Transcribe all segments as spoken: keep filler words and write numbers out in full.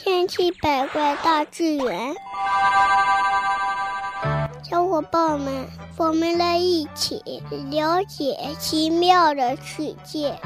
千奇百怪大自然，小伙伴们，我们来一起了解奇妙的世界。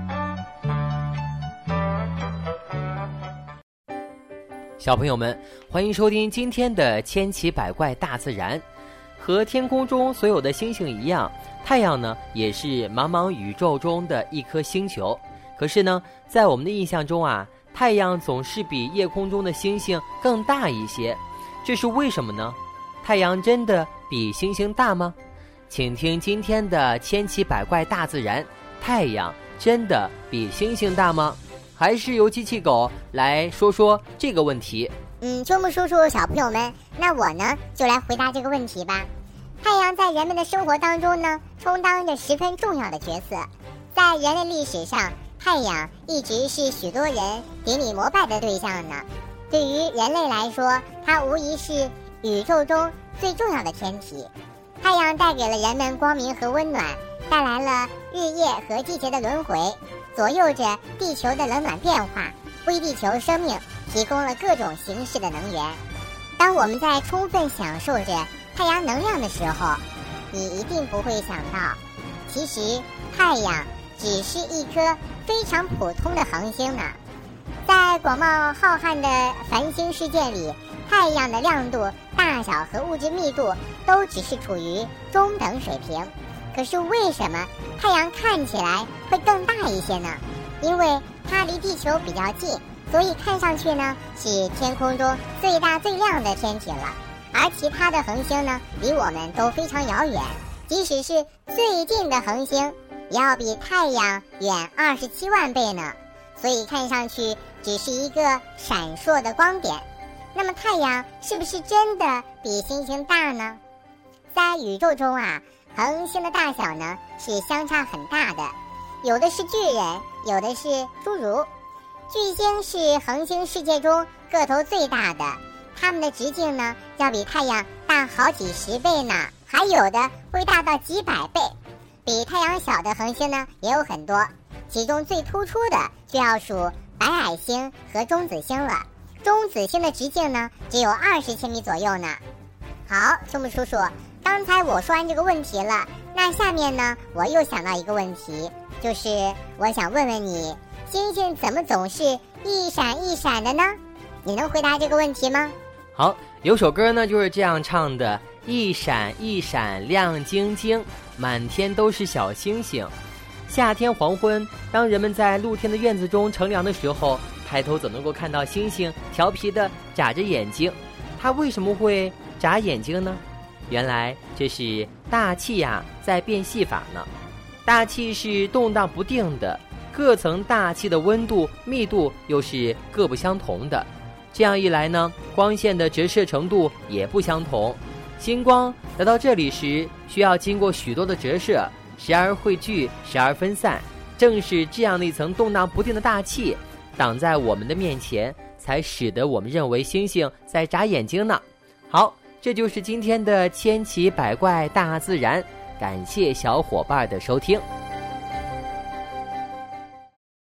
小朋友们，欢迎收听今天的千奇百怪大自然。和天空中所有的星星一样，太阳呢也是茫茫宇宙中的一颗星球。可是呢，在我们的印象中啊，太阳总是比夜空中的星星更大一些，这是为什么呢？太阳真的比星星大吗？请听今天的千奇百怪大自然，太阳真的比星星大吗？还是由机器狗来说说这个问题。 嗯，秋木叔叔，小朋友们，那我呢就来回答这个问题吧。太阳在人们的生活当中呢，充当着十分重要的角色。在人类历史上，太阳一直是许多人顶礼膜拜的对象呢。对于人类来说，它无疑是宇宙中最重要的天体。太阳带给了人们光明和温暖，带来了日夜和季节的轮回，左右着地球的冷暖变化，为地球生命提供了各种形式的能源。当我们在充分享受着太阳能量的时候，你一定不会想到，其实太阳只是一颗非常普通的恒星呢。在广袤浩瀚的繁星世界里，太阳的亮度、大小和物质密度都只是处于中等水平。可是为什么太阳看起来会更大一些呢？因为它离地球比较近，所以看上去呢是天空中最大最亮的天体了。而其他的恒星呢，离我们都非常遥远，即使是最近的恒星也要比太阳远二十七万倍呢，所以看上去只是一个闪烁的光点。那么太阳是不是真的比星星大呢？在宇宙中啊，恒星的大小呢是相差很大的，有的是巨人，有的是侏儒。巨星是恒星世界中个头最大的，它们的直径呢要比太阳大好几十倍呢，还有的会大到几百倍。比太阳小的恒星呢也有很多，其中最突出的就要数白矮星和中子星了。中子星的直径呢只有二十千米左右呢。好，秋木叔叔，刚才我说完这个问题了，那下面呢我又想到一个问题，就是我想问问你，星星怎么总是一闪一闪的呢？你能回答这个问题吗？ 好，有首歌呢就是这样唱的，一闪一闪亮晶晶，满天都是小星星。夏天黄昏，当人们在露天的院子中乘凉的时候，抬头总能够看到星星调皮地眨着眼睛。它为什么会眨眼睛呢？原来这是大气呀在变细法呢。大气是动荡不定的，各层大气的温度密度又是各不相同的，这样一来呢，光线的折射程度也不相同。星光来到这里时，需要经过许多的折射，时而汇聚，时而分散。正是这样的一层动荡不定的大气挡在我们的面前，才使得我们认为星星在眨眼睛呢。好，这就是今天的千奇百怪大自然，感谢小伙伴的收听。